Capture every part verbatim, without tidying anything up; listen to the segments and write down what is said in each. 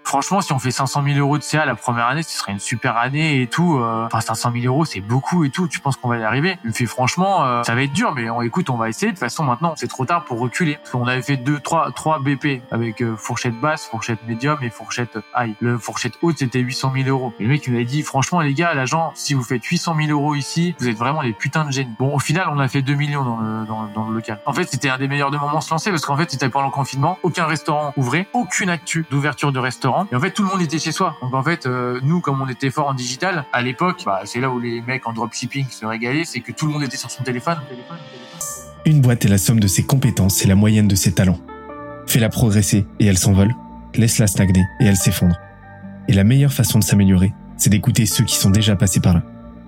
Franchement, si on fait cinq cent mille euros de C A la première année, ce serait une super année et tout. Euh, enfin, cinq cent mille euros, c'est beaucoup et tout. Tu penses qu'on va y arriver? Il me fait franchement, euh, ça va être dur, mais on, écoute, on va essayer. De toute façon, maintenant, c'est trop tard pour reculer. Parce qu'on avait fait deux, trois, trois B P avec euh, fourchette basse, fourchette médium et fourchette high. Le fourchette haute, c'était huit cent mille euros. Et le mec, il m'avait dit, franchement, les gars, l'agent, si vous faites huit cent mille euros ici, vous êtes vraiment des putains de génies. Bon, au final, on a fait deux millions dans le, dans, dans le local. En fait, c'était un des meilleurs de moments se lancer parce qu'en fait, c'était pendant le confinement. Aucun restaurant ouvrait, aucune actu d'ouverture de restaurant. Et en fait, tout le monde était chez soi. Donc en fait, euh, nous, comme on était fort en digital, à l'époque, bah, c'est là où les mecs en dropshipping se régalaient, c'est que tout le monde était sur son téléphone. Une boîte est la somme de ses compétences et la moyenne de ses talents. Fais-la progresser et elle s'envole. Laisse-la stagner et elle s'effondre. Et la meilleure façon de s'améliorer, c'est d'écouter ceux qui sont déjà passés par là.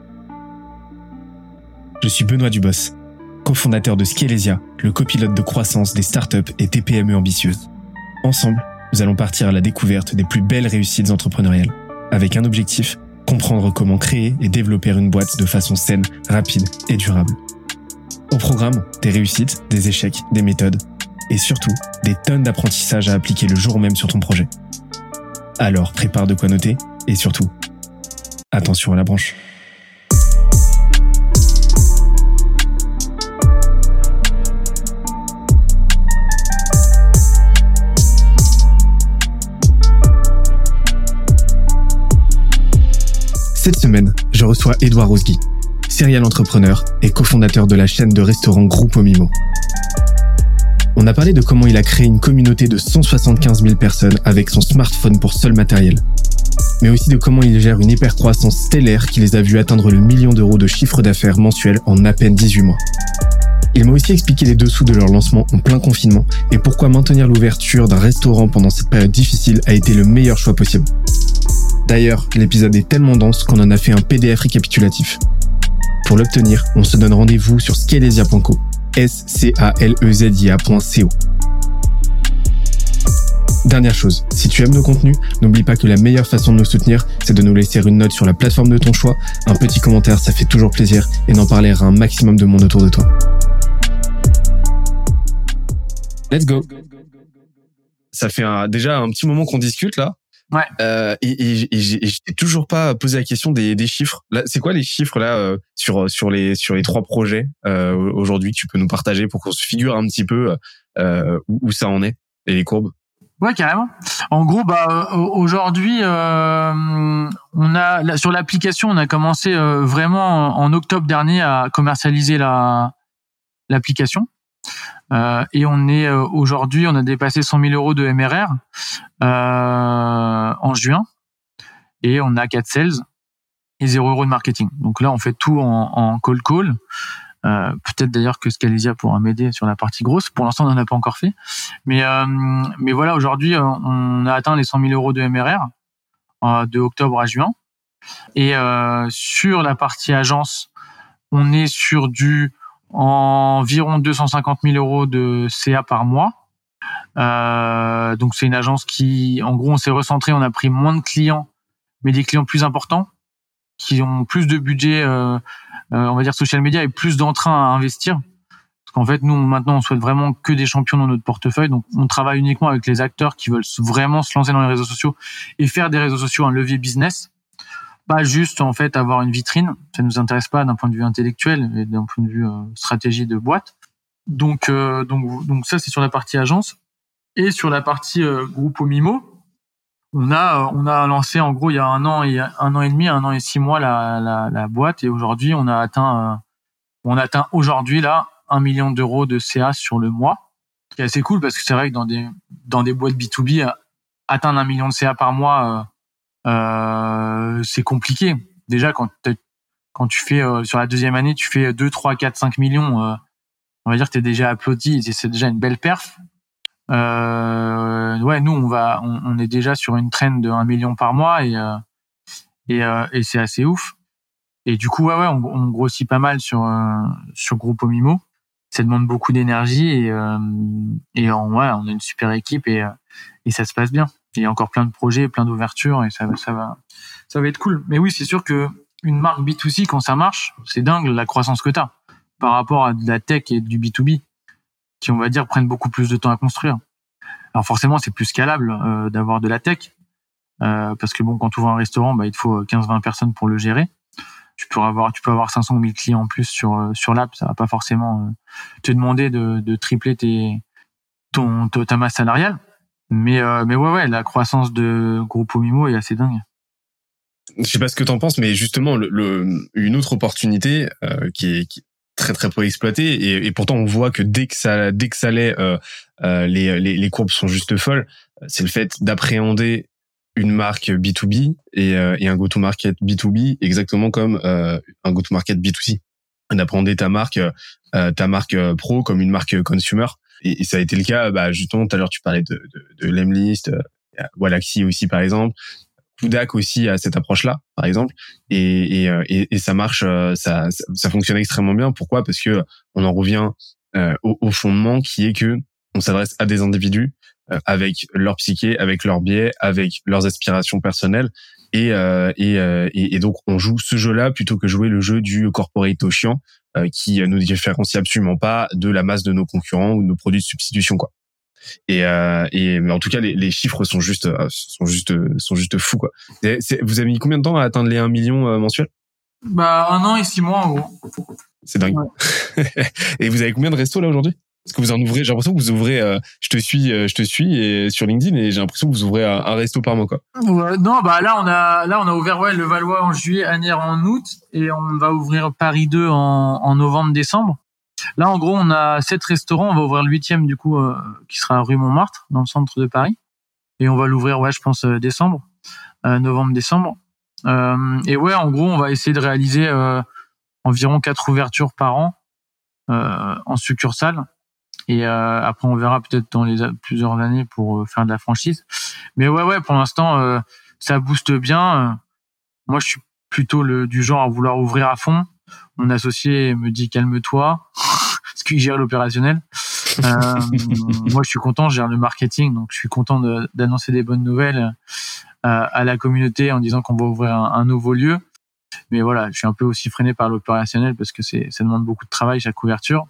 Je suis Benoît Dubos, cofondateur de Scalesia, le copilote de croissance des startups et T P M E ambitieuses. Ensemble, nous allons partir à la découverte des plus belles réussites entrepreneuriales, avec un objectif, comprendre comment créer et développer une boîte de façon saine, rapide et durable. Au programme, des réussites, des échecs, des méthodes, et surtout, des tonnes d'apprentissages à appliquer le jour même sur ton projet. Alors, prépare de quoi noter, et surtout, attention à la branche. Cette semaine, je reçois Edouard Rosgui, serial entrepreneur et cofondateur de la chaîne de restaurants Gruppo Mimo. On a parlé de comment il a créé une communauté de cent soixante-quinze mille personnes avec son smartphone pour seul matériel, mais aussi de comment il gère une hypercroissance stellaire qui les a vus atteindre le million d'euros de chiffre d'affaires mensuel en à peine dix-huit mois. Il m'a aussi expliqué les dessous de leur lancement en plein confinement et pourquoi maintenir l'ouverture d'un restaurant pendant cette période difficile a été le meilleur choix possible. D'ailleurs, l'épisode est tellement dense qu'on en a fait un P D F récapitulatif. Pour l'obtenir, on se donne rendez-vous sur scalesia point co, S C A L E Z I A point co. Dernière chose, si tu aimes nos contenus, n'oublie pas que la meilleure façon de nous soutenir, c'est de nous laisser une note sur la plateforme de ton choix, un petit commentaire, ça fait toujours plaisir, et d'en parler à un maximum de monde autour de toi. Let's go. Ça fait un, déjà un petit moment qu'on discute là. Ouais. Euh, et, et, et, j'ai, et je t'ai toujours pas posé la question des, des chiffres. Là, c'est quoi les chiffres là euh, sur sur les sur les trois projets euh, aujourd'hui que tu peux nous partager pour qu'on se figure un petit peu euh, où, où ça en est et les courbes. Ouais, carrément. En gros, bah aujourd'hui, euh, on a là, sur l'application, on a commencé euh, vraiment en octobre dernier à commercialiser la l'application. Euh, et on est euh, aujourd'hui, on a dépassé cent mille euros de M R R euh, en juin, et on a quatre sales et zéro euro de marketing. Donc là, on fait tout en, en call call. Euh, peut-être d'ailleurs que Scalesia pourra m'aider sur la partie grosse. Pour l'instant, on n'en a pas encore fait. Mais euh, mais voilà, aujourd'hui, on a atteint les cent mille euros de M R R euh, de octobre à juin. Et euh, sur la partie agence, on est sur du environ deux cent cinquante mille euros de C A par mois. Euh, donc c'est une agence qui, en gros, on s'est recentré, on a pris moins de clients, mais des clients plus importants, qui ont plus de budget, euh, euh, on va dire social media, et plus d'entrain à investir. Parce qu'en fait, nous, maintenant, on souhaite vraiment que des champions dans notre portefeuille. Donc, on travaille uniquement avec les acteurs qui veulent vraiment se lancer dans les réseaux sociaux et faire des réseaux sociaux un levier business. Pas juste, en fait, avoir une vitrine. Ça nous intéresse pas d'un point de vue intellectuel et d'un point de vue euh, stratégie de boîte. Donc, euh, donc, donc ça, c'est sur la partie agence. Et sur la partie euh, Gruppo Mimo, on a, euh, on a lancé, en gros, il y a un an et un an et demi, un an et six mois, la, la, la boîte. Et aujourd'hui, on a atteint, euh, on atteint aujourd'hui, là, un million d'euros de C A sur le mois. Ce qui est assez cool parce que c'est vrai que dans des, dans des boîtes B deux B, euh, atteindre un million de C A par mois, euh, euh, c'est compliqué. Déjà, quand, quand tu fais, euh, sur la deuxième année, tu fais deux, trois, quatre, cinq millions, euh, on va dire que t'es déjà applaudi et c'est déjà une belle perf. Euh, ouais, nous, on va, on, on est déjà sur une trend de un million par mois et, euh, et, euh, et c'est assez ouf. Et du coup, ouais, ouais, on, on grossit pas mal sur, euh, sur Gruppo Mimo. Ça demande beaucoup d'énergie et, euh, et on, ouais, on a une super équipe et, euh, et ça se passe bien. Il y a encore plein de projets, plein d'ouvertures et ça, ça va, ça va être cool. Mais oui, c'est sûr que une marque B deux C, quand ça marche, c'est dingue la croissance que t'as par rapport à de la tech et du B deux B qui, on va dire, prennent beaucoup plus de temps à construire. Alors forcément, c'est plus scalable euh, d'avoir de la tech, euh, parce que bon, quand tu ouvres un restaurant, bah il te faut quinze vingt personnes pour le gérer. Tu peux avoir, tu peux avoir cinq cent mille clients en plus sur sur l'app. Ça va pas forcément euh, te demander de, de tripler tes ton ta masse salariale. Mais euh, mais ouais ouais, la croissance de Grupo Mimo est assez dingue. Je sais pas ce que t'en penses, mais justement, le, le une autre opportunité euh, qui est qui est très très peu exploitée, et, et pourtant on voit que dès que ça dès que ça l'est, euh, euh, les, les les courbes sont juste folles. C'est le fait d'appréhender une marque B deux B et, euh, et un go-to-market B deux B exactement comme euh, un go-to-market B deux C. D'appréhender ta marque euh, ta marque pro comme une marque consumer. Et, et ça a été le cas, bah justement tout à l'heure tu parlais de de, de Lemlist, euh, Wallaxy aussi par exemple. Kudak aussi a cette approche-là, par exemple, et, et, et, et ça marche, ça, ça fonctionne extrêmement bien. Pourquoi ? Parce que on en revient euh, au, au fondement qui est que on s'adresse à des individus euh, avec leur psyché, avec leurs biais, avec leurs aspirations personnelles, et, euh, et, et, et donc on joue ce jeu-là plutôt que jouer le jeu du corporate chiant euh, qui nous différencie absolument pas de la masse de nos concurrents ou de nos produits de substitution, quoi. Et, euh, et mais en tout cas les, les chiffres sont juste sont juste sont juste fous, quoi. Et c'est, vous avez mis combien de temps à atteindre les un million euh, mensuels ? Bah un an et six mois en gros. C'est dingue. Ouais. Et vous avez combien de restos là aujourd'hui ? Parce que vous en ouvrez, j'ai l'impression que vous ouvrez, euh, je te suis, euh, je te suis et sur LinkedIn, et j'ai l'impression que vous ouvrez un, un resto par mois, quoi. Ouais, non, bah là on a là on a ouvert ouais le Valois en juillet, Asnières en août, et on va ouvrir Paris deux en, en novembre-décembre. Là, en gros, on a sept restaurants. On va ouvrir le huitième, du coup, euh, qui sera rue Montmartre, dans le centre de Paris. Et on va l'ouvrir, ouais, je pense, euh, décembre, euh, novembre-décembre. Euh, et ouais, en gros, on va essayer de réaliser euh, environ quatre ouvertures par an euh, en succursale. Et euh, après, on verra peut-être dans les a- plusieurs années pour euh, faire de la franchise. Mais ouais, ouais, pour l'instant, euh, ça booste bien. Moi, je suis plutôt le du genre à vouloir ouvrir à fond. Mon associé me dit calme-toi, parce qu'il gère l'opérationnel. Euh, moi, je suis content, je gère le marketing, donc je suis content de, d'annoncer des bonnes nouvelles euh, à la communauté en disant qu'on va ouvrir un, un nouveau lieu. Mais voilà, je suis un peu aussi freiné par l'opérationnel parce que c'est, ça demande beaucoup de travail chaque ouverture.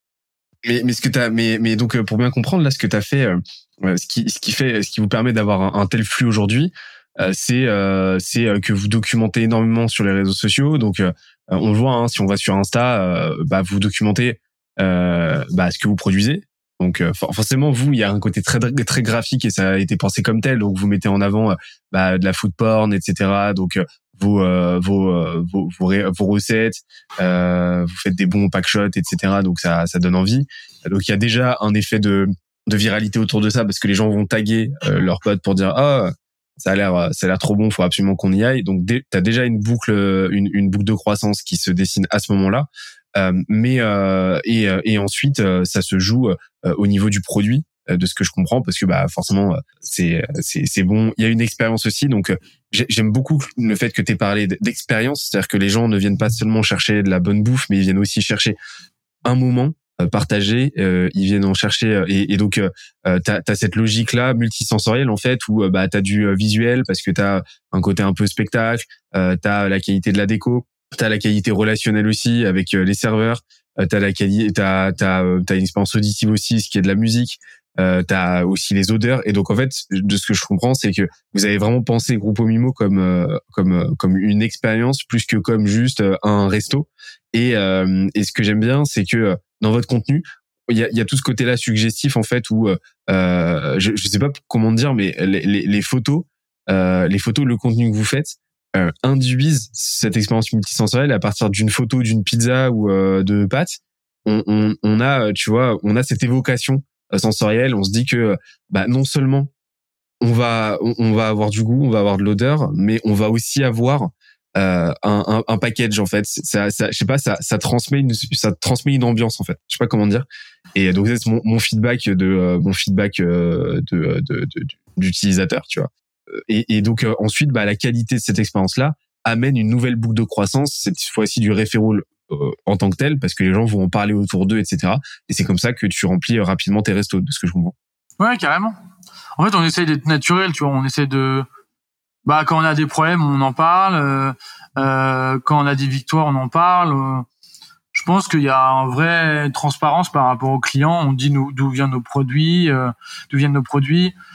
Mais, mais ce que t'as, mais, mais donc pour bien comprendre là, ce que t'as fait, euh, ce qui, ce qui fait, ce qui vous permet d'avoir un, un tel flux aujourd'hui, euh, c'est, euh, c'est que vous documentez énormément sur les réseaux sociaux. Donc euh, on le voit, hein, si on va sur Insta, euh, bah vous documentez euh, bah ce que vous produisez. Donc euh, forcément, vous, il y a un côté très très graphique et ça a été pensé comme tel. Donc vous mettez en avant bah, de la food porn, et cetera. Donc vos euh, vos, euh, vos vos vos recettes, euh, vous faites des bons packshots, et cetera. Donc ça ça donne envie. Donc il y a déjà un effet de de viralité autour de ça parce que les gens vont taguer euh, leurs potes pour dire ah ça a l'air ça a l'air trop bon, faut absolument qu'on y aille. Donc tu as déjà une boucle une une boucle de croissance qui se dessine à ce moment-là. Euh, mais euh, et et ensuite euh, ça se joue euh, au niveau du produit, euh, de ce que je comprends, parce que bah forcément euh, c'est c'est c'est bon. Il y a une expérience aussi, donc euh, j'aime beaucoup le fait que tu aies parlé d'expérience, c'est-à-dire que les gens ne viennent pas seulement chercher de la bonne bouffe, mais ils viennent aussi chercher un moment euh, partagé. Euh, ils viennent en chercher euh, et, et donc euh, t'as t'as cette logique là multisensorielle en fait où euh, bah t'as du visuel parce que t'as un côté un peu spectacle, euh, t'as la qualité de la déco. T'as la qualité relationnelle aussi avec les serveurs. T'as la qualité, t'as t'as t'as une expérience auditive aussi, ce qui est de la musique. Euh, t'as aussi les odeurs. Et donc en fait, de ce que je comprends, c'est que vous avez vraiment pensé Grupo Mimo comme euh, comme comme une expérience plus que comme juste un resto. Et euh, et ce que j'aime bien, c'est que dans votre contenu, il y a il y a tout ce côté-là suggestif en fait où euh, je je sais pas comment dire, mais les les, les photos, euh, les photos, le contenu que vous faites. Euh, induisent cette expérience multisensorielle à partir d'une photo d'une pizza ou euh, de pâtes. On, on, on a, tu vois, on a cette évocation euh, sensorielle. On se dit que, bah, non seulement on va, on, on va avoir du goût, on va avoir de l'odeur, mais on va aussi avoir euh, un, un, un package en fait. Ça, ça, je sais pas, ça, ça transmet une, ça transmet une ambiance en fait. Je sais pas comment dire. Et donc c'est mon, mon feedback de, euh, mon feedback euh, de, de, de, de d'utilisateur, tu vois. Et, et donc euh, ensuite, bah, la qualité de cette expérience-là amène une nouvelle boucle de croissance, cette fois-ci du référent euh, en tant que tel, parce que les gens vont en parler autour d'eux, et cetera. Et c'est comme ça que tu remplis rapidement tes restos, de ce que je comprends. Ouais, carrément. En fait, on essaye d'être naturel, tu vois. On essaie de, bah, quand on a des problèmes, on en parle. Euh, euh, quand on a des victoires, on en parle. Euh, je pense qu'il y a une vraie transparence par rapport aux clients. On dit nous, d'où viennent nos produits, euh, d'où viennent nos produits.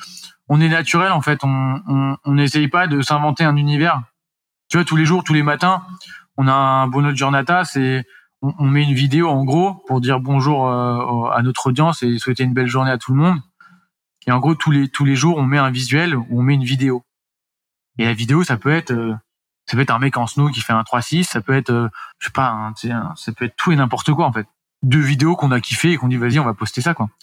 on est naturel, en fait. On on n'essaye pas de s'inventer un univers. Tu vois, tous les jours, tous les matins, on a un bonheur giornata, c'est on, on met une vidéo, en gros, pour dire bonjour euh, à notre audience et souhaiter une belle journée à tout le monde. Et en gros, tous les tous les jours, on met un visuel ou on met une vidéo. Et la vidéo, ça peut être euh, ça peut être un mec en snow qui fait un trois six, ça peut être euh, je sais pas, un, un, ça peut être tout et n'importe quoi, en fait. Deux vidéos qu'on a kiffé et qu'on dit vas-y, on va poster ça, quoi.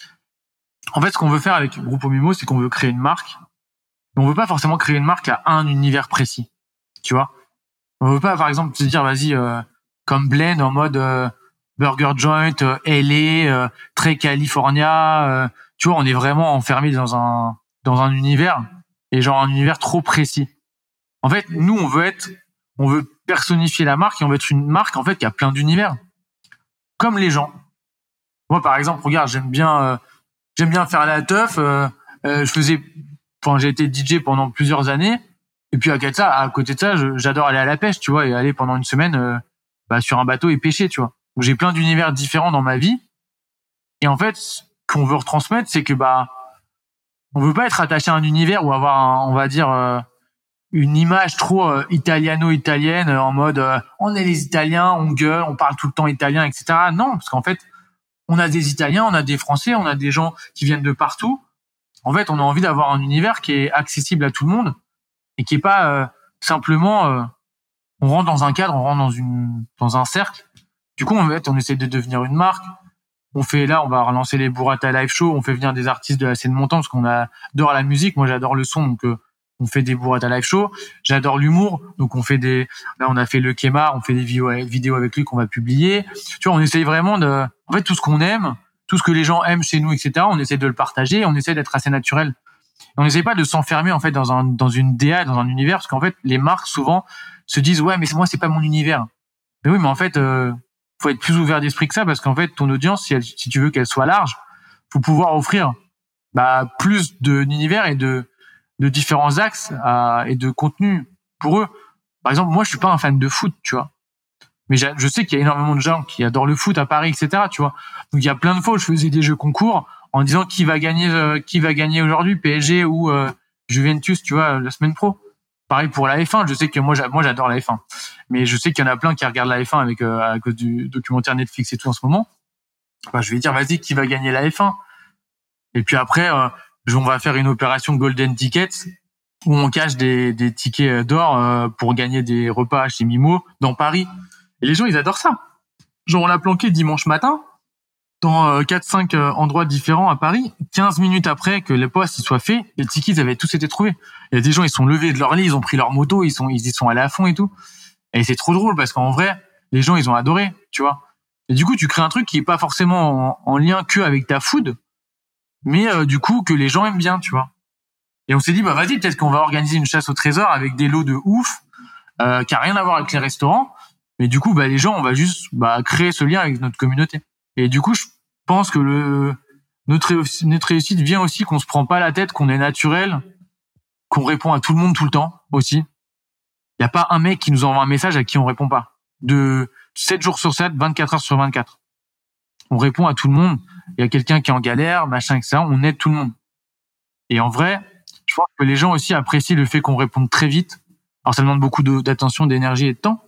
En fait, ce qu'on veut faire avec Gruppo Mimo, c'est qu'on veut créer une marque. Mais on veut pas forcément créer une marque à un univers précis. Tu vois? On veut pas, par exemple, se dire vas-y, euh, comme Blend en mode euh, burger joint, euh, L A, euh, très California. Euh, tu vois, on est vraiment enfermé dans un dans un univers et genre un univers trop précis. En fait, nous, on veut être, on veut personnifier la marque et on veut être une marque en fait qui a plein d'univers. Comme les gens. Moi, par exemple, regarde, j'aime bien, euh, j'aime bien faire la teuf. Euh, euh, je faisais, enfin, j'ai été D J pendant plusieurs années. Et puis à côté de ça, à côté de ça, je, j'adore aller à la pêche, tu vois, et aller pendant une semaine euh, bah, sur un bateau et pêcher, tu vois. Donc j'ai plein d'univers différents dans ma vie. Et en fait, ce qu'on veut retransmettre, c'est que bah, on veut pas être attaché à un univers ou avoir, un, on va dire, euh, une image trop euh, italiano-italienne en mode euh, on est les Italiens, on gueule, on parle tout le temps italien, et cetera. Non, parce qu'en fait, on a des Italiens, on a des Français, on a des gens qui viennent de partout. En fait, on a envie d'avoir un univers qui est accessible à tout le monde et qui est pas euh, simplement euh, on rentre dans un cadre, on rentre dans une dans un cercle. Du coup, en fait, on essaie de devenir une marque. On fait là, on va relancer les Burrata Live Show, on fait venir des artistes de la scène montante parce qu'on adore la musique. Moi, j'adore le son, donc euh, on fait des Burrata Live Show. J'adore l'humour, donc on fait des. Là, on a fait le Kemar, on fait des vidéos avec lui qu'on va publier. Tu vois, on essaye vraiment de. En fait, tout ce qu'on aime, tout ce que les gens aiment chez nous, et cetera. On essaie de le partager. On essaie d'être assez naturel. Et on n'essaie pas de s'enfermer en fait dans un dans une D A, dans un univers, parce qu'en fait, les marques souvent se disent ouais, mais moi, c'est pas mon univers. Mais oui, mais en fait, euh, faut être plus ouvert d'esprit que ça, parce qu'en fait, ton audience, si, elle, si tu veux qu'elle soit large, faut pouvoir offrir bah plus de d'univers et de de différents axes à, et de contenu pour eux. Par exemple, moi, je suis pas un fan de foot, tu vois. Mais je sais qu'il y a énormément de gens qui adorent le foot à Paris, et cetera, tu vois. Donc, il y a plein de fois où je faisais des jeux concours en disant qui va gagner, euh, qui va gagner aujourd'hui, P S G ou euh, Juventus, tu vois, la semaine pro. Pareil pour la F un. Je sais que moi, moi, j'adore la F un. Mais je sais qu'il y en a plein qui regardent la F un avec, euh, à cause du documentaire Netflix et tout en ce moment. Bah, je vais dire, vas-y, qui va gagner la F un? Et puis après, euh, on va faire une opération Golden Tickets où on cache des, des tickets d'or euh, pour gagner des repas chez Mimo dans Paris. Et les gens, ils adorent ça. Genre, on l'a planqué dimanche matin dans euh, quatre cinq euh, endroits différents à Paris. quinze minutes après que le poste il soit fait, les tickets ils avaient tous été trouvés. Il y a des gens, ils sont levés de leur lit, ils ont pris leur moto, ils sont ils y sont allés à fond et tout. Et c'est trop drôle parce qu'en vrai, les gens, ils ont adoré, tu vois. Et du coup, tu crées un truc qui est pas forcément en, en lien que avec ta food, mais euh, du coup que les gens aiment bien, tu vois. Et on s'est dit bah vas-y, peut-être qu'on va organiser une chasse au trésor avec des lots de ouf euh, qui a rien à voir avec les restaurants, mais du coup bah les gens, on va juste bah créer ce lien avec notre communauté. Et du coup je pense que le notre notre réussite vient aussi qu'on se prend pas la tête, qu'on est naturel, qu'on répond à tout le monde tout le temps aussi. Il y a pas un mec qui nous envoie un message à qui on répond pas. De sept jours sur sept, vingt-quatre heures sur vingt-quatre. On répond à tout le monde. Il y a quelqu'un qui est en galère, machin, et cetera. On aide tout le monde. Et en vrai, je pense que les gens aussi apprécient le fait qu'on réponde très vite. Alors, ça demande beaucoup de, d'attention, d'énergie et de temps.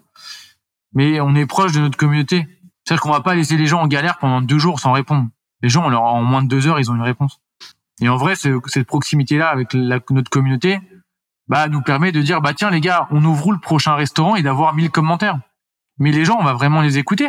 Mais on est proche de notre communauté. C'est-à-dire qu'on va pas laisser les gens en galère pendant deux jours sans répondre. Les gens, on leur, en moins de deux heures, ils ont une réponse. Et en vrai, c'est, cette proximité-là avec la, notre communauté, bah, nous permet de dire, bah, tiens, les gars, on ouvre où le prochain restaurant et d'avoir mille commentaires. Mais les gens, on va vraiment les écouter.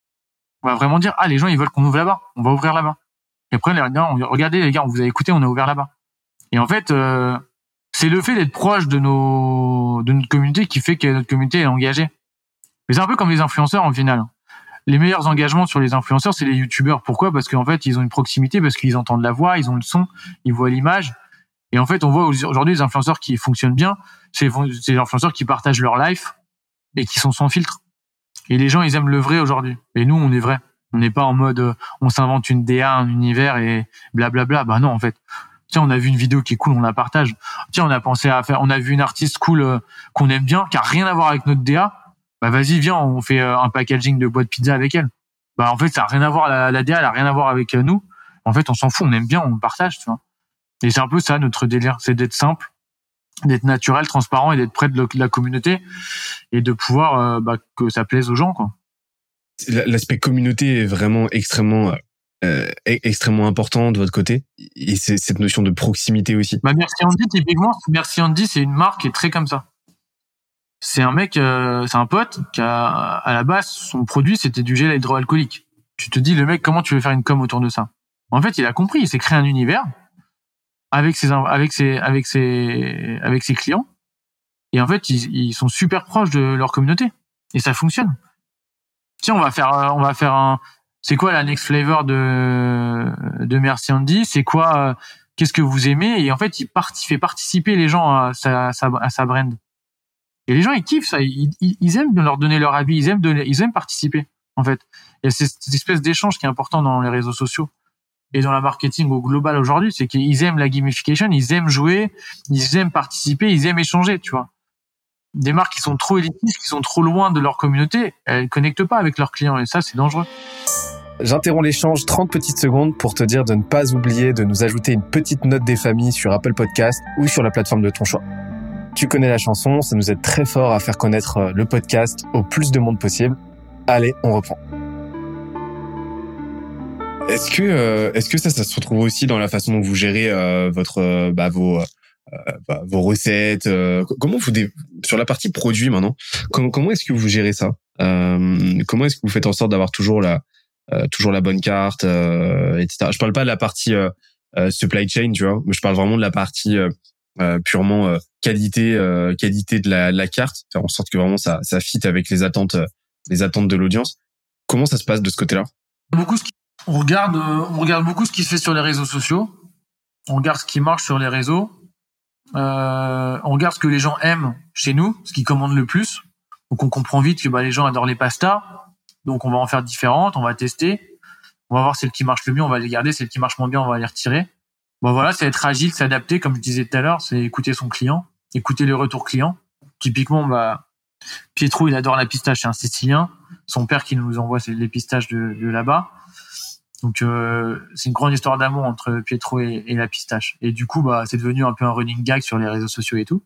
On va vraiment dire, ah, les gens, ils veulent qu'on ouvre là-bas. On va ouvrir là-bas. Et après, les gars, regardez, les gars, on vous a écouté, on a ouvert là-bas. Et en fait, euh, c'est le fait d'être proche de nos, de notre communauté qui fait que notre communauté est engagée. Mais c'est un peu comme les influenceurs, en final. Les meilleurs engagements sur les influenceurs, c'est les youtubeurs. Pourquoi? Parce qu'en fait, ils ont une proximité, parce qu'ils entendent la voix, ils ont le son, ils voient l'image. Et en fait, on voit aujourd'hui les influenceurs qui fonctionnent bien, c'est les influenceurs qui partagent leur life et qui sont sans filtre. Et les gens, ils aiment le vrai aujourd'hui. Et nous, on est vrai. On n'est pas en mode, euh, on s'invente une D A, un univers et blablabla. Bah non, en fait. Tiens, on a vu une vidéo qui est cool, on la partage. Tiens, on a pensé à faire, on a vu une artiste cool euh, qu'on aime bien, qui a rien à voir avec notre D A. Bah vas-y, viens, on fait euh, un packaging de boîte pizza avec elle. Bah en fait, ça a rien à voir, la, la D A, elle a rien à voir avec euh, nous. En fait, on s'en fout, on aime bien, on partage, tu vois. Et c'est un peu ça notre délire, c'est d'être simple, d'être naturel, transparent et d'être près de la communauté et de pouvoir euh, bah, que ça plaise aux gens, quoi. L'aspect communauté est vraiment extrêmement euh, extrêmement important de votre côté, et c'est cette notion de proximité aussi. Bah Merci Andy, typiquement, Merci Andy, c'est une marque qui est très comme ça. C'est un mec, euh, c'est un pote qui a, à la base, son produit c'était du gel hydroalcoolique. Tu te dis, le mec, comment tu veux faire une com autour de ça? En fait, il a compris, il s'est créé un univers avec ses avec ses avec ses avec ses clients, et en fait, ils, ils sont super proches de leur communauté et ça fonctionne. Tiens, on va faire, on va faire un. C'est quoi la next flavor de de Merci Andy? C'est quoi? Qu'est-ce que vous aimez? Et en fait, il, part, il fait participer les gens à sa, à sa, à sa brand. Et les gens, ils kiffent ça. Ils, ils, ils aiment leur donner leur avis. Ils aiment donner, ils aiment participer. En fait, il y a cette espèce d'échange qui est important dans les réseaux sociaux et dans la marketing au global aujourd'hui, c'est qu'ils aiment la gamification, ils aiment jouer, ils aiment participer, ils aiment échanger. Tu vois. Des marques qui sont trop élitistes, qui sont trop loin de leur communauté, elles connectent pas avec leurs clients et ça, c'est dangereux. J'interromps l'échange trente petites secondes pour te dire de ne pas oublier de nous ajouter une petite note des familles sur Apple Podcast ou sur la plateforme de ton choix. Tu connais la chanson, ça nous aide très fort à faire connaître le podcast au plus de monde possible. Allez, on reprend. Est-ce que euh, est-ce que ça, ça se retrouve aussi dans la façon dont vous gérez euh, votre euh, bah, vos Euh, bah, vos recettes, euh, comment vous dé... sur la partie produit maintenant, comment, comment est-ce que vous gérez ça, euh, comment est-ce que vous faites en sorte d'avoir toujours la euh, toujours la bonne carte, euh, et cetera. Je parle pas de la partie euh, euh, supply chain, tu vois, mais je parle vraiment de la partie euh, euh, purement euh, qualité euh, qualité de la, la carte, faire en sorte que vraiment ça ça fit avec les attentes euh, les attentes de l'audience. Comment ça se passe de ce côté-là? Beaucoup, ce qui... on regarde on regarde beaucoup ce qui se fait sur les réseaux sociaux, on regarde ce qui marche sur les réseaux. Euh, on regarde ce que les gens aiment chez nous, ce qu'ils commandent le plus. Donc on comprend vite que bah, les gens adorent les pastas, donc on va en faire différentes, on va tester, on va voir celles qui marchent le mieux, on va les garder, celles qui marchent moins bien, on va les retirer. Bon voilà, c'est être agile, s'adapter, comme je disais tout à l'heure, c'est écouter son client, écouter les retours clients. Typiquement, bah Pietro, il adore la pistache, c'est un Sicilien. Son père qui nous envoie les pistaches de, de là-bas. Donc euh, c'est une grande histoire d'amour entre Pietro et, et la pistache. Et du coup, bah c'est devenu un peu un running gag sur les réseaux sociaux et tout.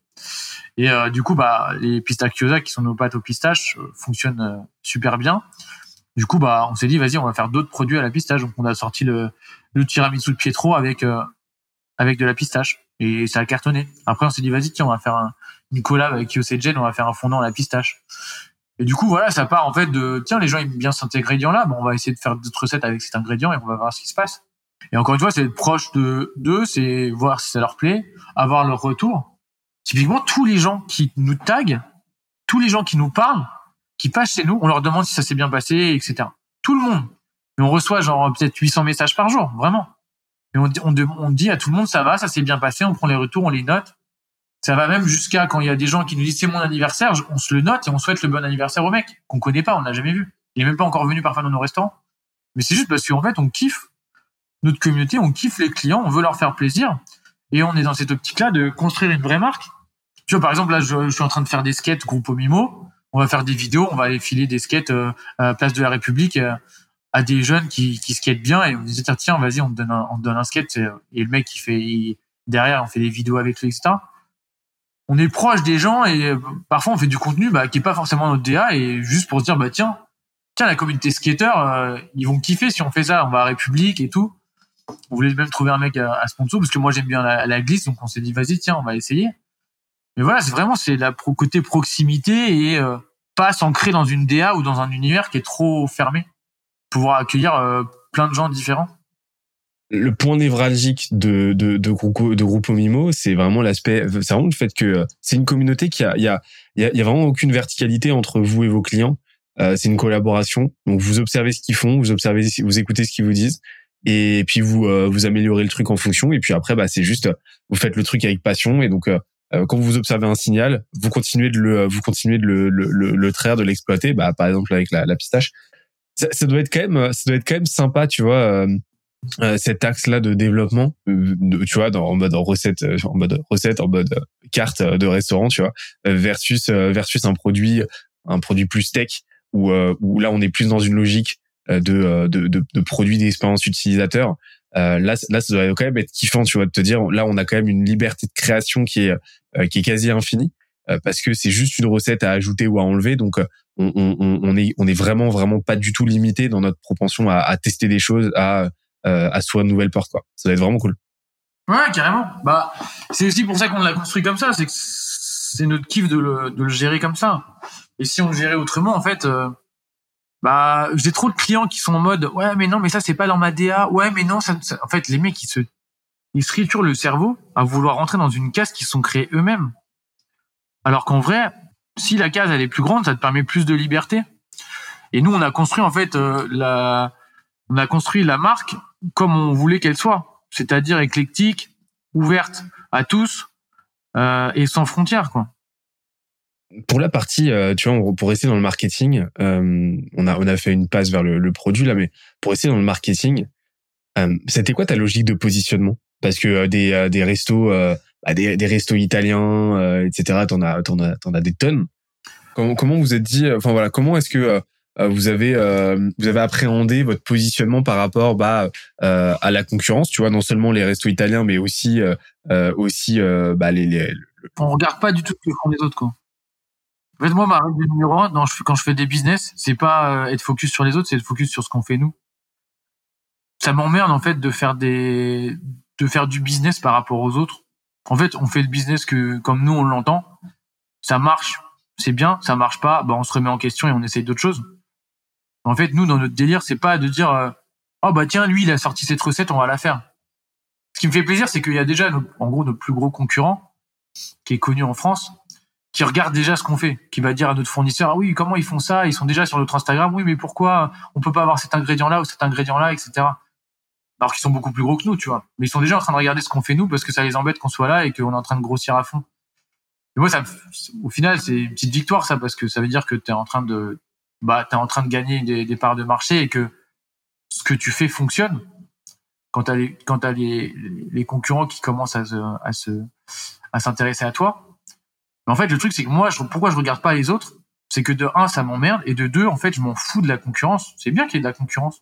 Et euh, du coup, bah les pistachiosa, qui sont nos pâtes aux pistaches, euh, fonctionnent euh, super bien. Du coup, bah on s'est dit, vas-y, on va faire d'autres produits à la pistache. Donc on a sorti le, le tiramisu de Pietro avec euh, avec de la pistache. Et ça a cartonné. Après, on s'est dit, vas-y, tiens, on va faire un, une collab avec Yosejen, on va faire un fondant à la pistache. Et du coup, voilà, ça part en fait de, tiens, les gens aiment bien cet ingrédient-là, bon, on va essayer de faire d'autres recettes avec cet ingrédient et on va voir ce qui se passe. Et encore une fois, c'est être proche de d'eux, c'est voir si ça leur plaît, avoir leur retour. Typiquement, tous les gens qui nous taguent, tous les gens qui nous parlent, qui passent chez nous, on leur demande si ça s'est bien passé, et cetera. Tout le monde. Et on reçoit genre peut-être huit cents messages par jour, vraiment. Et on, on, on dit à tout le monde, ça va, ça s'est bien passé, on prend les retours, on les note. Ça va même jusqu'à quand il y a des gens qui nous disent c'est mon anniversaire, on se le note et on souhaite le bon anniversaire au mec qu'on connaît pas, on n'a jamais vu. Il est même pas encore venu parfois dans nos restaurants. Mais c'est juste parce qu'en fait, on kiffe notre communauté, on kiffe les clients, on veut leur faire plaisir et on est dans cette optique-là de construire une vraie marque. Tu vois, par exemple, là, je, je suis en train de faire des skates Groupe Mimo. On va faire des vidéos, on va aller filer des skates euh, à la place de la République euh, à des jeunes qui, qui skatent bien et on disait tiens, vas-y, on te donne un, on te donne un skate et le mec il fait il, derrière, on fait des vidéos avec lui, et cetera. On est proche des gens et parfois on fait du contenu bah, qui est pas forcément notre D A et juste pour se dire bah tiens tiens la communauté skater euh, ils vont kiffer si on fait ça, on va à République et tout. On voulait même trouver un mec à, à sponsor parce que moi j'aime bien la, la glisse, donc on s'est dit vas-y tiens on va essayer. Mais voilà, c'est vraiment c'est la pro- côté proximité et euh, pas s'ancrer dans une D A ou dans un univers qui est trop fermé, pouvoir accueillir euh, plein de gens différents. Le point névralgique de de de Groupe de Groupe Mimo, c'est vraiment l'aspect, c'est vraiment le fait que c'est une communauté qui a il y a il y a, y a vraiment aucune verticalité entre vous et vos clients. Euh, c'est une collaboration. Donc vous observez ce qu'ils font, vous observez, vous écoutez ce qu'ils vous disent, et puis vous euh, vous améliorez le truc en fonction. Et puis après, bah c'est juste vous faites le truc avec passion. Et donc euh, quand vous observez un signal, vous continuez de le vous continuez de le le le, le traire, de l'exploiter. Bah par exemple avec la, la pistache, ça, ça doit être quand même ça doit être quand même sympa, tu vois. Euh, Euh, cet axe-là de développement, euh, de, tu vois, dans, en mode recette, euh, en mode recette, en mode euh, carte de restaurant, tu vois, euh, versus euh, versus un produit, un produit plus tech où euh, où là on est plus dans une logique de, de, de, de produits d'expérience utilisateur. Euh, là, là, ça doit quand même être kiffant, tu vois, de te dire, là, on a quand même une liberté de création qui est, euh, qui est quasi infinie, euh, parce que c'est juste une recette à ajouter ou à enlever. Donc, on, on, on est, on est vraiment, vraiment pas du tout limité dans notre propension à, à tester des choses, à, euh, à s'ouvrir de nouvelles portes, quoi. Ça va être vraiment cool. Ouais, carrément. Bah, c'est aussi pour ça qu'on l'a construit comme ça. C'est que c'est notre kiff de le, de le gérer comme ça. Et si on le gérait autrement, en fait, euh, bah, j'ai trop de clients qui sont en mode, ouais, mais non, mais ça, c'est pas dans ma D A. Ouais, mais non, ça, ça... en fait, les mecs, ils se, ils se triturent le cerveau à vouloir rentrer dans une case qu'ils sont créés eux-mêmes. Alors qu'en vrai, si la case, elle est plus grande, ça te permet plus de liberté. Et nous, on a construit, en fait, euh, la, on a construit la marque comme on voulait qu'elle soit. C'est-à-dire éclectique, ouverte à tous, euh, et sans frontières, quoi. Pour la partie, euh, tu vois, pour rester dans le marketing, euh, on a on a fait une passe vers le, le produit là, mais pour rester dans le marketing, euh, c'était quoi ta logique de positionnement? Parce que euh, des euh, des restos, euh, bah, des des restos italiens, euh, et cetera. T'en as t'en as t'en as des tonnes. Comment comment vous êtes dit, enfin voilà, comment est-ce que euh, vous avez euh, vous avez appréhendé votre positionnement par rapport bah euh, à la concurrence, tu vois, non seulement les restos italiens, mais aussi euh, aussi euh, bah les, les on regarde pas du tout ce que font les autres, quoi. En fait, moi, ma règle numéro un, non, je, quand je fais des business, c'est pas euh, être focus sur les autres, c'est être focus sur ce qu'on fait nous. Ça m'emmerde, en fait, de faire des, de faire du business par rapport aux autres. En fait, on fait le business que, comme nous, on l'entend. Ça marche, c'est bien. Ça marche pas, bah, on se remet en question et on essaye d'autres choses. En fait, nous, dans notre délire, c'est pas de dire, euh, oh, bah, tiens, lui, il a sorti cette recette, on va la faire. Ce qui me fait plaisir, c'est qu'il y a déjà, notre, en gros, notre plus gros concurrent, qui est connu en France, qui regarde déjà ce qu'on fait, qui va dire à notre fournisseur, ah oui, comment ils font ça? Ils sont déjà sur notre Instagram. Oui, mais pourquoi on peut pas avoir cet ingrédient-là ou cet ingrédient-là, et cetera. Alors qu'ils sont beaucoup plus gros que nous, tu vois. Mais ils sont déjà en train de regarder ce qu'on fait nous parce que ça les embête qu'on soit là et qu'on est en train de grossir à fond. Et moi, ça, au final, c'est une petite victoire, ça, parce que ça veut dire que t'es en train de, bah, t'es en train de gagner des, des parts de marché et que ce que tu fais fonctionne. Quand t'as les, quand t'as les, les concurrents qui commencent à se, à se, à s'intéresser à toi. Mais en fait, le truc, c'est que moi, je, pourquoi je regarde pas les autres, c'est que de un, ça m'emmerde, et de deux, en fait, je m'en fous de la concurrence. C'est bien qu'il y ait de la concurrence.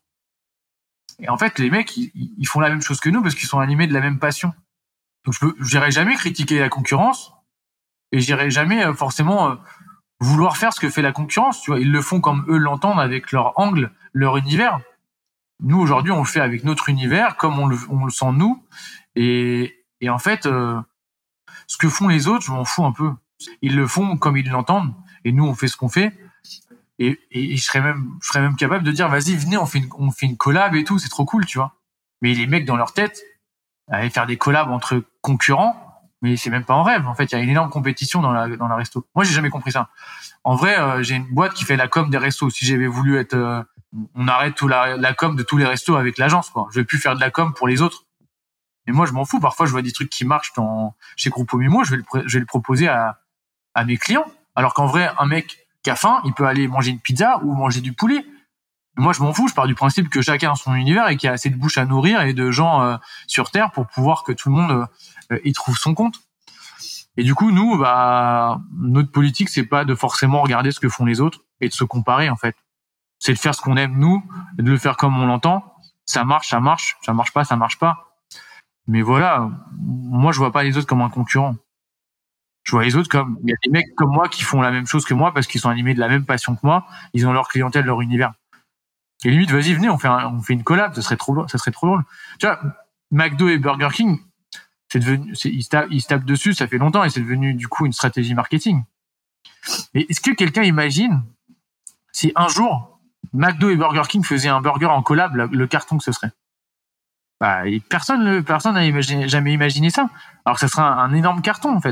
Et en fait, les mecs, ils, ils font la même chose que nous parce qu'ils sont animés de la même passion. Donc, je peux, j'irai jamais critiquer la concurrence, et j'irai jamais forcément euh, vouloir faire ce que fait la concurrence. Tu vois, ils le font comme eux l'entendent, avec leur angle, leur univers. Nous, aujourd'hui, on le fait avec notre univers, comme on le, on le sent nous. Et, et en fait, euh, ce que font les autres, je m'en fous un peu. Ils le font comme ils l'entendent, et nous on fait ce qu'on fait. Et, et, et je serais même, je serais même capable de dire, vas-y, venez, on fait une, on fait une collab et tout, c'est trop cool, tu vois. Mais les mecs dans leur tête, aller faire des collabs entre concurrents, mais c'est même pas en rêve. En fait, il y a une énorme compétition dans la dans la resto. Moi, j'ai jamais compris ça. En vrai, euh, j'ai une boîte qui fait la com des restos. Si j'avais voulu être, euh, on arrête tout la, la com de tous les restos avec l'agence, quoi. Je vais plus faire de la com pour les autres. Et moi, je m'en fous. Parfois, je vois des trucs qui marchent dans, chez Grupo Mimo, je vais le, je vais le proposer à, à mes clients. Alors qu'en vrai, un mec qui a faim, il peut aller manger une pizza ou manger du poulet. Moi, je m'en fous. Je pars du principe que chacun a son univers et qu'il y a assez de bouches à nourrir et de gens euh, sur Terre pour pouvoir que tout le monde euh, y trouve son compte. Et du coup, nous, bah, notre politique, c'est pas de forcément regarder ce que font les autres et de se comparer, en fait. C'est de faire ce qu'on aime, nous, et de le faire comme on l'entend. Ça marche, ça marche. Ça marche pas, ça marche pas. Mais voilà, moi, je vois pas les autres comme un concurrent. Je vois les autres comme, il y a des mecs comme moi qui font la même chose que moi parce qu'ils sont animés de la même passion que moi. Ils ont leur clientèle, leur univers. Et limite, vas-y, venez, on fait un, on fait une collab. Ça serait trop, ça serait trop drôle. Tu vois, McDo et Burger King, c'est devenu, c'est, ils se tapent, ils se tapent dessus, ça fait longtemps et c'est devenu, du coup, une stratégie marketing. Mais est-ce que quelqu'un imagine si un jour, McDo et Burger King faisaient un burger en collab, le, le carton que ce serait? Bah, et personne, personne n'a imaginé, jamais imaginé ça. Alors que ça serait un, un énorme carton, en fait.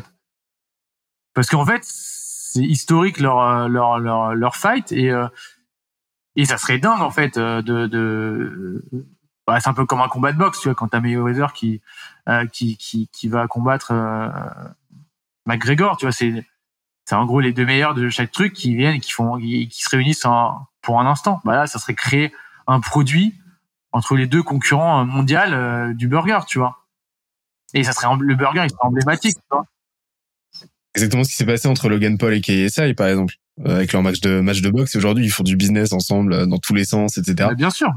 Parce qu'en fait, c'est historique leur, leur, leur, leur fight et, euh, et ça serait dingue, en fait, de, de, bah, c'est un peu comme un combat de boxe, tu vois, quand t'as Mayweather qui, euh, qui, qui, qui va combattre, euh, McGregor, tu vois, c'est, c'est en gros les deux meilleurs de chaque truc qui viennent et qui font, qui, qui se réunissent en, pour un instant. Bah là, ça serait créer un produit entre les deux concurrents mondiaux euh, du burger, tu vois. Et ça serait le burger, il serait emblématique, tu vois. Exactement ce qui s'est passé entre Logan Paul et K S I, par exemple. euh, avec leur match de match de boxe. Et aujourd'hui, ils font du business ensemble euh, dans tous les sens, et cetera. Mais bien sûr.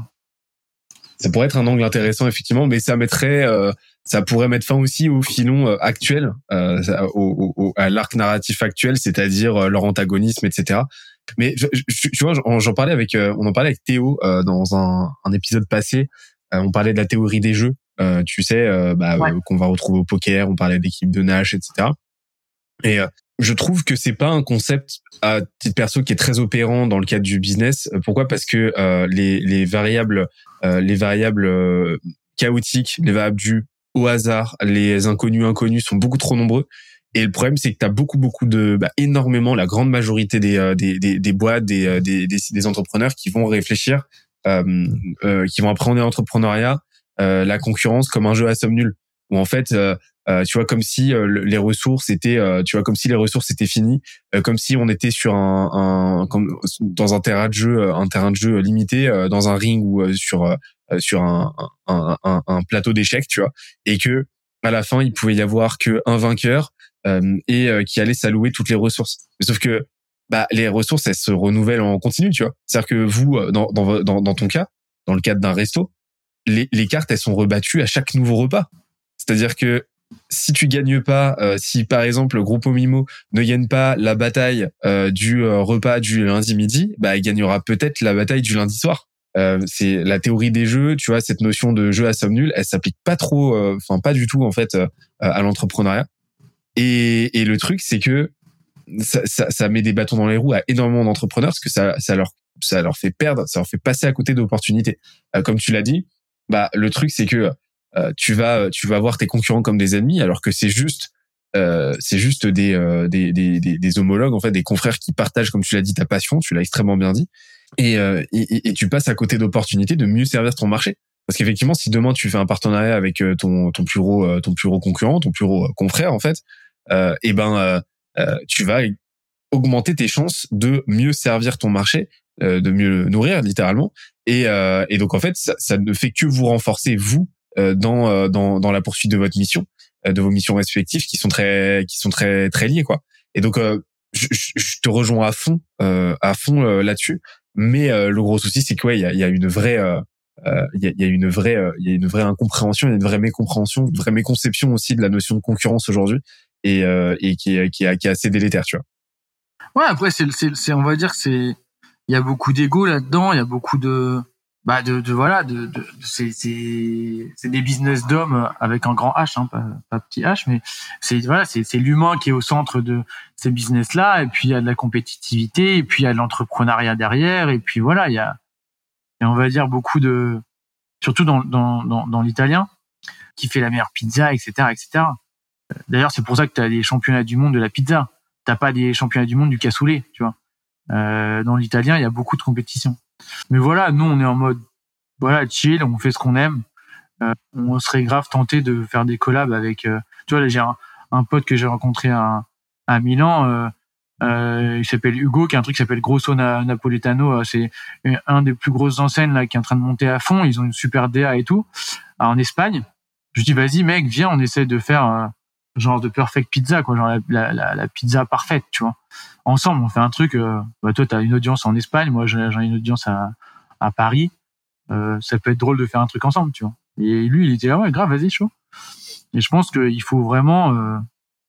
Ça pourrait être un angle intéressant, effectivement, mais ça mettrait, euh, ça pourrait mettre fin aussi au filon euh, actuel, euh, au, au, à l'arc narratif actuel, c'est-à-dire euh, leur antagonisme, et cetera. Mais je, je, tu vois, j'en, j'en parlais avec, euh, on en parlait avec Théo euh, dans un, un épisode passé. Euh, on parlait de la théorie des jeux, euh, tu sais, euh, bah, ouais. euh, qu'on va retrouver au poker. On parlait d'équipe de Nash, et cetera. Et euh, je trouve que c'est pas un concept à titre perso qui est très opérant dans le cadre du business. Pourquoi ? Parce que euh, les, les variables, euh, les variables euh, chaotiques, les variables dues au hasard, les inconnus inconnus sont beaucoup trop nombreux. Et le problème, c'est que t'as beaucoup, beaucoup de, bah, énormément, la grande majorité des, euh, des, des, des boîtes, des, des, des, des entrepreneurs qui vont réfléchir, euh, euh, qui vont appréhender l'entrepreneuriat, euh, la concurrence comme un jeu à somme nulle. Où en fait, euh, euh, tu vois, comme si euh, les ressources étaient, euh, tu vois, comme si les ressources étaient finies, euh, comme si on était sur un, un comme, dans un terrain de jeu, un terrain de jeu limité, euh, dans un ring ou euh, sur euh, sur un, un, un, un plateau d'échecs, tu vois, et que à la fin, il pouvait y avoir que un vainqueur euh, et euh, qui allait s'allouer toutes les ressources. Mais sauf que bah les ressources, elles se renouvellent en continu, tu vois. C'est-à-dire que vous, dans dans dans, dans ton cas, dans le cadre d'un resto, les, les cartes, elles sont rebattues à chaque nouveau repas. C'est-à-dire que si tu gagnes pas, euh, si par exemple le Grupo Mimo ne gagne pas la bataille euh, du euh, repas du lundi midi, bah il gagnera peut-être la bataille du lundi soir. Euh, c'est la théorie des jeux, tu vois, cette notion de jeu à somme nulle, elle s'applique pas trop, enfin euh, pas du tout en fait euh, à l'entrepreneuriat. Et, et le truc, c'est que ça, ça, ça met des bâtons dans les roues à énormément d'entrepreneurs parce que ça, ça leur, ça leur fait perdre, ça leur fait passer à côté d'opportunités. Euh, comme tu l'as dit, bah le truc c'est que Euh, tu vas tu vas voir tes concurrents comme des ennemis alors que c'est juste euh, c'est juste des, euh, des des des des homologues en fait, des confrères qui partagent, comme tu l'as dit, ta passion, tu l'as extrêmement bien dit, et euh, et, et tu passes à côté d'opportunités de mieux servir ton marché, parce qu'effectivement si demain tu fais un partenariat avec ton ton plus gros ton plus gros concurrent, ton plus gros confrère en fait, euh, et ben euh, euh, tu vas augmenter tes chances de mieux servir ton marché, euh, de mieux le nourrir littéralement, et euh, et donc en fait ça, ça ne fait que vous renforcer vous dans dans dans la poursuite de votre mission, de vos missions respectives qui sont très qui sont très très liées quoi. Et donc euh, je, je te rejoins à fond euh, à fond euh, là-dessus, mais euh, le gros souci c'est que ouais il y a il y a une vraie euh, il y a il y a une vraie il y a une vraie incompréhension, il y a une vraie mécompréhension, une vraie méconception aussi de la notion de concurrence aujourd'hui, et euh, et qui est qui est qui est assez délétère, tu vois. Ouais, après c'est c'est, c'est on va dire que c'est il y a beaucoup d'ego là-dedans, il y a beaucoup de bah de, de voilà de, de c'est c'est c'est des business d'hommes avec un grand H, hein, pas, pas petit H, mais c'est voilà c'est c'est l'humain qui est au centre de ces business là, et puis il y a de la compétitivité, et puis il y a de l'entrepreneuriat derrière, et puis voilà il y a et on va dire beaucoup de surtout dans dans dans, dans l'italien qui fait la meilleure pizza, etc etc. D'ailleurs c'est pour ça que tu as des championnats du monde de la pizza, t'as pas des championnats du monde du cassoulet, tu vois. Euh, dans l'italien il y a beaucoup de compétition. Mais voilà, nous on est en mode voilà chill, on fait ce qu'on aime. Euh, on serait grave tenté de faire des collabs avec. Euh, tu vois, là j'ai un, un pote que j'ai rencontré à, à Milan. Euh, euh, il s'appelle Hugo, qui a un truc qui s'appelle Grosso Na, Napoletano. C'est un des plus grosses enseignes là qui est en train de monter à fond. Ils ont une super D A et tout. Alors, en Espagne, je dis vas-y mec, viens, on essaie de faire euh, genre de perfect pizza, quoi, genre la, la, la pizza parfaite, tu vois. Ensemble, on fait un truc. Euh, bah toi, t'as une audience en Espagne, moi j'ai une audience à, à Paris. Euh, ça peut être drôle de faire un truc ensemble, tu vois. Et lui, il était là, ouais, grave, vas-y, chaud. Et je pense qu'il faut vraiment, euh,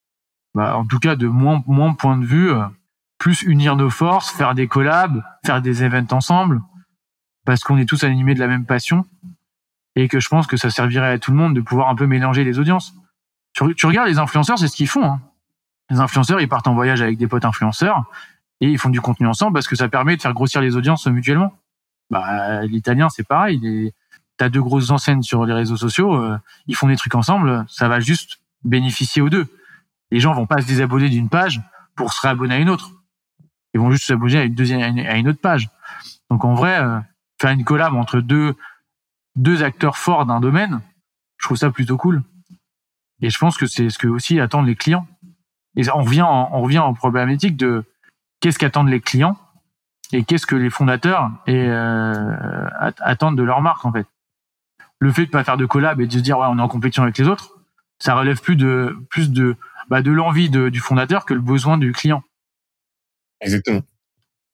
bah, en tout cas, de moins, moins point de vue, euh, plus unir nos forces, faire des collabs, faire des events ensemble, parce qu'on est tous animés de la même passion, et que je pense que ça servirait à tout le monde de pouvoir un peu mélanger les audiences. Tu, tu regardes les influenceurs, c'est ce qu'ils font, hein. Les influenceurs, ils partent en voyage avec des potes influenceurs et ils font du contenu ensemble parce que ça permet de faire grossir les audiences mutuellement. Bah, l'italien, c'est pareil. Les... T'as deux grosses enseignes sur les réseaux sociaux, euh, ils font des trucs ensemble, ça va juste bénéficier aux deux. Les gens vont pas se désabonner d'une page pour se réabonner à une autre. Ils vont juste s'abonner à une deuxième, à une autre page. Donc en vrai, euh, faire une collab entre deux, deux acteurs forts d'un domaine, je trouve ça plutôt cool. Et je pense que c'est ce que aussi attendent les clients. Et on revient, en, on revient en problématique de qu'est-ce qu'attendent les clients et qu'est-ce que les fondateurs et, euh, attendent de leur marque, en fait. Le fait de pas faire de collab et de se dire ouais, on est en compétition avec les autres, ça relève plus de plus de bah, de l'envie de, du fondateur que le besoin du client. Exactement.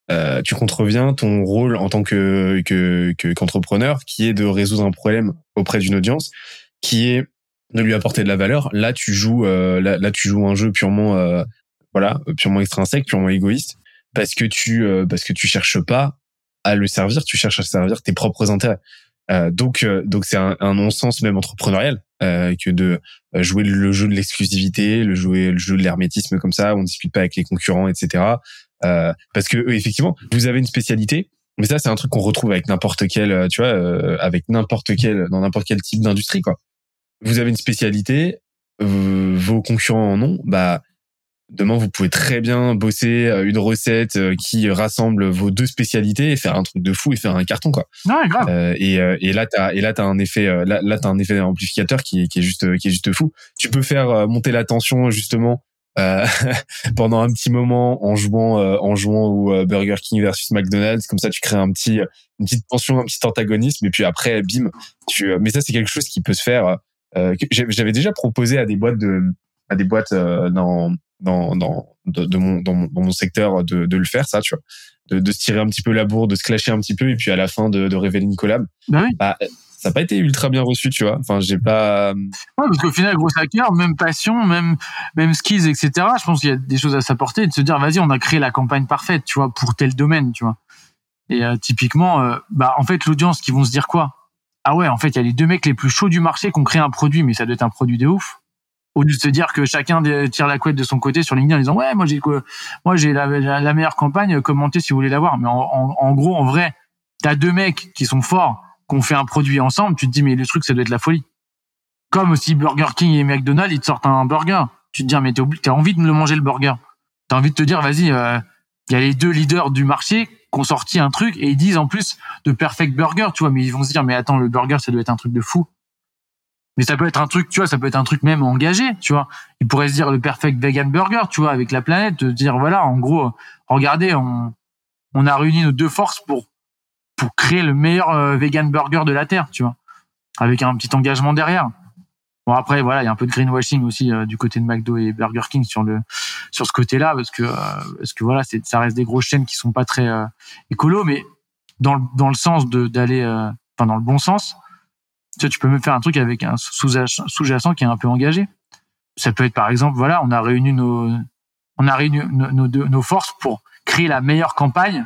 euh, tu contreviens ton rôle en tant que, que, que qu'entrepreneur, qui est de résoudre un problème auprès d'une audience, qui est de lui apporter de la valeur. Là, tu joues, euh, là, là, tu joues un jeu purement, euh, voilà, purement extrinsèque, purement égoïste, parce que tu, euh, parce que tu cherches pas à le servir, tu cherches à servir tes propres intérêts. Euh, donc, euh, donc c'est un, un non-sens même entrepreneurial euh, que de jouer le jeu de l'exclusivité, le jouer le jeu de l'hermétisme comme ça, on discute pas avec les concurrents, et cetera. Euh, parce que effectivement, vous avez une spécialité, mais ça c'est un truc qu'on retrouve avec n'importe quel, tu vois, euh, avec n'importe quel dans n'importe quel type d'industrie quoi. Vous avez une spécialité, euh, vos concurrents en ont, bah demain vous pouvez très bien bosser une recette qui rassemble vos deux spécialités et faire un truc de fou et faire un carton quoi. Ouais, grave. Euh, et et là t'as et là t'as un effet là là t'as un effet amplificateur qui est qui est juste qui est juste fou. Tu peux faire monter la tension justement euh, pendant un petit moment en jouant euh, en jouant au Burger King versus McDonald's, comme ça tu crées un petit une petite tension, un petit antagonisme et puis après bim tu mais ça c'est quelque chose qui peut se faire euh, que j'avais déjà proposé à des boîtes de à des boîtes euh, dans dans dans de, de mon dans mon dans mon secteur de de le faire ça tu vois, de de se tirer un petit peu la bourre, de se clasher un petit peu et puis à la fin de de révéler une collab. Bah oui. Bah, ça n'a pas été ultra bien reçu, tu vois. Enfin, j'ai pas. Ouais, parce qu'au final, gros hacker, même passion, même, même skills, et cetera. Je pense qu'il y a des choses à s'apporter et de se dire, vas-y, on a créé la campagne parfaite, tu vois, pour tel domaine, tu vois. Et euh, typiquement, euh, bah, en fait, l'audience qui vont se dire quoi? Ah ouais, en fait, il y a les deux mecs les plus chauds du marché qui ont créé un produit, mais ça doit être un produit de ouf. Au lieu de se dire que chacun tire la couette de son côté sur LinkedIn en disant, ouais, moi j'ai quoi, moi j'ai la, la, la meilleure campagne, commentez si vous voulez l'avoir. Mais en, en, en gros, en vrai, t'as deux mecs qui sont forts, qu'on fait un produit ensemble, tu te dis mais le truc ça doit être la folie. Comme aussi Burger King et McDonald's ils te sortent un burger, tu te dis mais t'as envie de le manger le burger, t'as envie de te dire vas-y, il euh, y a les deux leaders du marché qui ont sorti un truc et ils disent en plus de Perfect Burger, tu vois, mais ils vont se dire mais attends le burger ça doit être un truc de fou. Mais ça peut être un truc, tu vois, ça peut être un truc même engagé, tu vois. Ils pourraient se dire le Perfect Vegan Burger, tu vois, avec la planète, de dire voilà en gros regardez on on a réuni nos deux forces pour pour créer le meilleur euh, vegan burger de la terre, tu vois, avec un petit engagement derrière. Bon après voilà, il y a un peu de greenwashing aussi euh, du côté de McDo et Burger King sur le sur ce côté-là parce que euh, parce que voilà, c'est ça reste des grosses chaînes qui sont pas très euh, écolo, mais dans le dans le sens de d'aller euh, enfin dans le bon sens. Tu vois, tu peux même faire un truc avec un sous-jacent qui est un peu engagé. Ça peut être par exemple voilà, on a réuni nos on a réuni nos nos, nos forces pour créer la meilleure campagne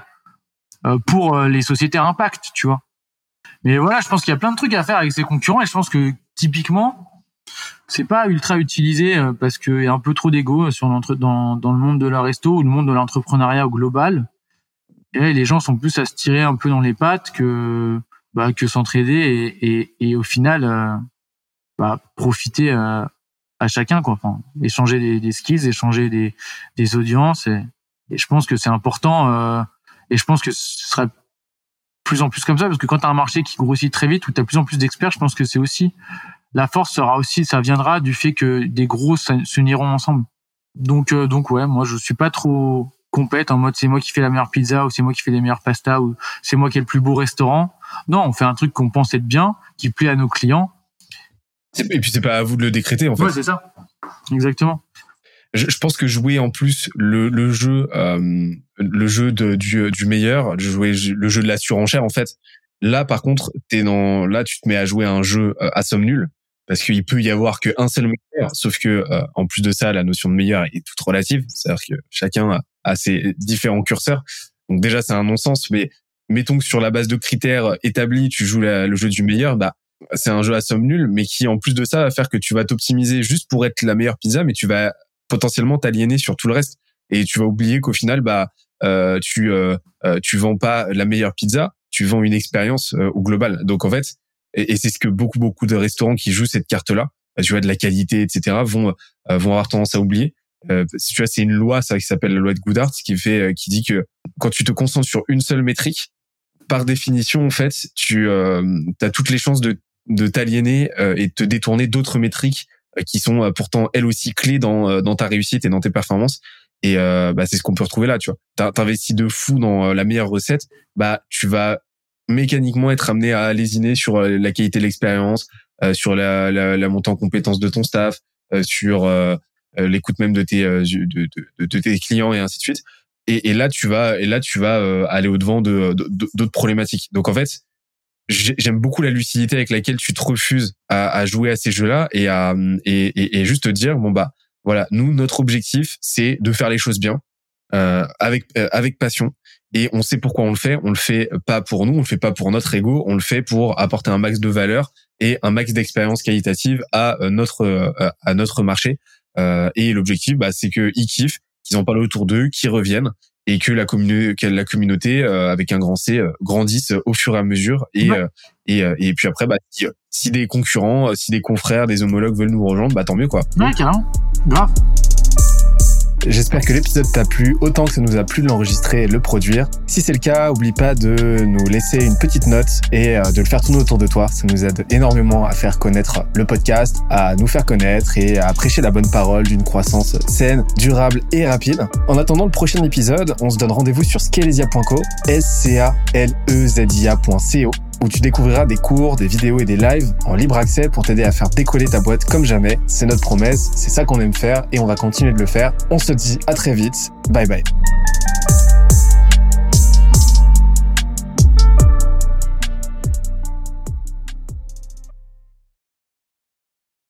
pour les sociétés à impact, tu vois. Mais voilà, je pense qu'il y a plein de trucs à faire avec ses concurrents et je pense que typiquement, c'est pas ultra utilisé parce qu'il y a un peu trop d'ego sur l'entre dans dans le monde de la resto ou le monde de l'entrepreneuriat au global. Et là, les gens sont plus à se tirer un peu dans les pattes que bah que s'entraider et et, et au final euh, bah profiter euh, à chacun quoi. Enfin, échanger des, des skills, échanger des des audiences et, et je pense que c'est important. Euh, Et je pense que ce sera de plus en plus comme ça, parce que quand tu as un marché qui grossit très vite, où tu as de plus en plus d'experts, je pense que c'est aussi, la force sera aussi, ça viendra du fait que des gros s'uniront ensemble. Donc, euh, donc ouais, moi je suis pas trop compète en mode c'est moi qui fais la meilleure pizza, ou c'est moi qui fais les meilleures pastas, ou c'est moi qui ai le plus beau restaurant. Non, on fait un truc qu'on pense être bien, qui plaît à nos clients. Et puis c'est pas à vous de le décréter en fait. Ouais, c'est ça. Exactement. Je, je pense que jouer en plus le, le jeu, euh, le jeu de, du, du meilleur, jouer le jeu de la surenchère en fait. Là, par contre, t'es dans, là, tu te mets à jouer un jeu à somme nulle parce qu'il peut y avoir qu'un seul meilleur. Sauf que euh, en plus de ça, la notion de meilleur est toute relative. C'est-à-dire que chacun a, a ses différents curseurs. Donc déjà, c'est un non-sens. Mais mettons que sur la base de critères établis, tu joues la, le jeu du meilleur, bah c'est un jeu à somme nulle, mais qui en plus de ça va faire que tu vas t'optimiser juste pour être la meilleure pizza, mais tu vas potentiellement t'aliéner sur tout le reste et tu vas oublier qu'au final bah euh, tu euh, tu vends pas la meilleure pizza, tu vends une expérience euh, au global. Donc en fait et, et c'est ce que beaucoup beaucoup de restaurants qui jouent cette carte là, tu vois, de la qualité etc vont euh, vont avoir tendance à oublier. Euh, tu vois, c'est une loi ça qui s'appelle la loi de Goodhart qui fait qui dit que quand tu te concentres sur une seule métrique, par définition en fait tu euh, t'as toutes les chances de de t'aliéner euh, et de te détourner d'autres métriques qui sont pourtant elles aussi clés dans dans ta réussite et dans tes performances. Et euh, bah c'est ce qu'on peut retrouver là, tu vois. T'investis de fou dans la meilleure recette, bah tu vas mécaniquement être amené à lésiner sur la qualité de l'expérience, euh, sur la, la la montée en compétences de ton staff, euh, sur euh, l'écoute même de tes de, de, de, de tes clients et ainsi de suite. et, et là tu vas et là tu vas euh, aller au devant de, de, de d'autres problématiques. Donc en fait, j'aime beaucoup la lucidité avec laquelle tu te refuses à, à jouer à ces jeux-là et à et, et, et juste te dire bon bah voilà, nous notre objectif c'est de faire les choses bien euh, avec euh, avec passion. Et on sait pourquoi on le fait. On le fait pas pour nous, on le fait pas pour notre ego, on le fait pour apporter un max de valeur et un max d'expérience qualitative à notre à notre marché. Euh, et l'objectif, bah, c'est que ils kiffent, qu'ils en parlent autour d'eux, qu'ils reviennent et que la communauté, que la communauté euh, avec un grand C euh, grandisse au fur et à mesure. Et ouais. euh, et euh, et puis après, bah, si, si des concurrents, si des confrères, des homologues veulent nous rejoindre, bah tant mieux quoi. Ouais, carrément, grave. J'espère que l'épisode t'a plu autant que ça nous a plu de l'enregistrer et de le produire. Si c'est le cas, oublie pas de nous laisser une petite note et de le faire tourner autour de toi. Ça nous aide énormément à faire connaître le podcast, à nous faire connaître et à prêcher la bonne parole d'une croissance saine, durable et rapide. En attendant le prochain épisode, on se donne rendez-vous sur scalezia point co, S C A L E Z I A point C O, où tu découvriras des cours, des vidéos et des lives en libre accès pour t'aider à faire décoller ta boîte comme jamais. C'est notre promesse, c'est ça qu'on aime faire et on va continuer de le faire. On se dit à très vite. Bye bye.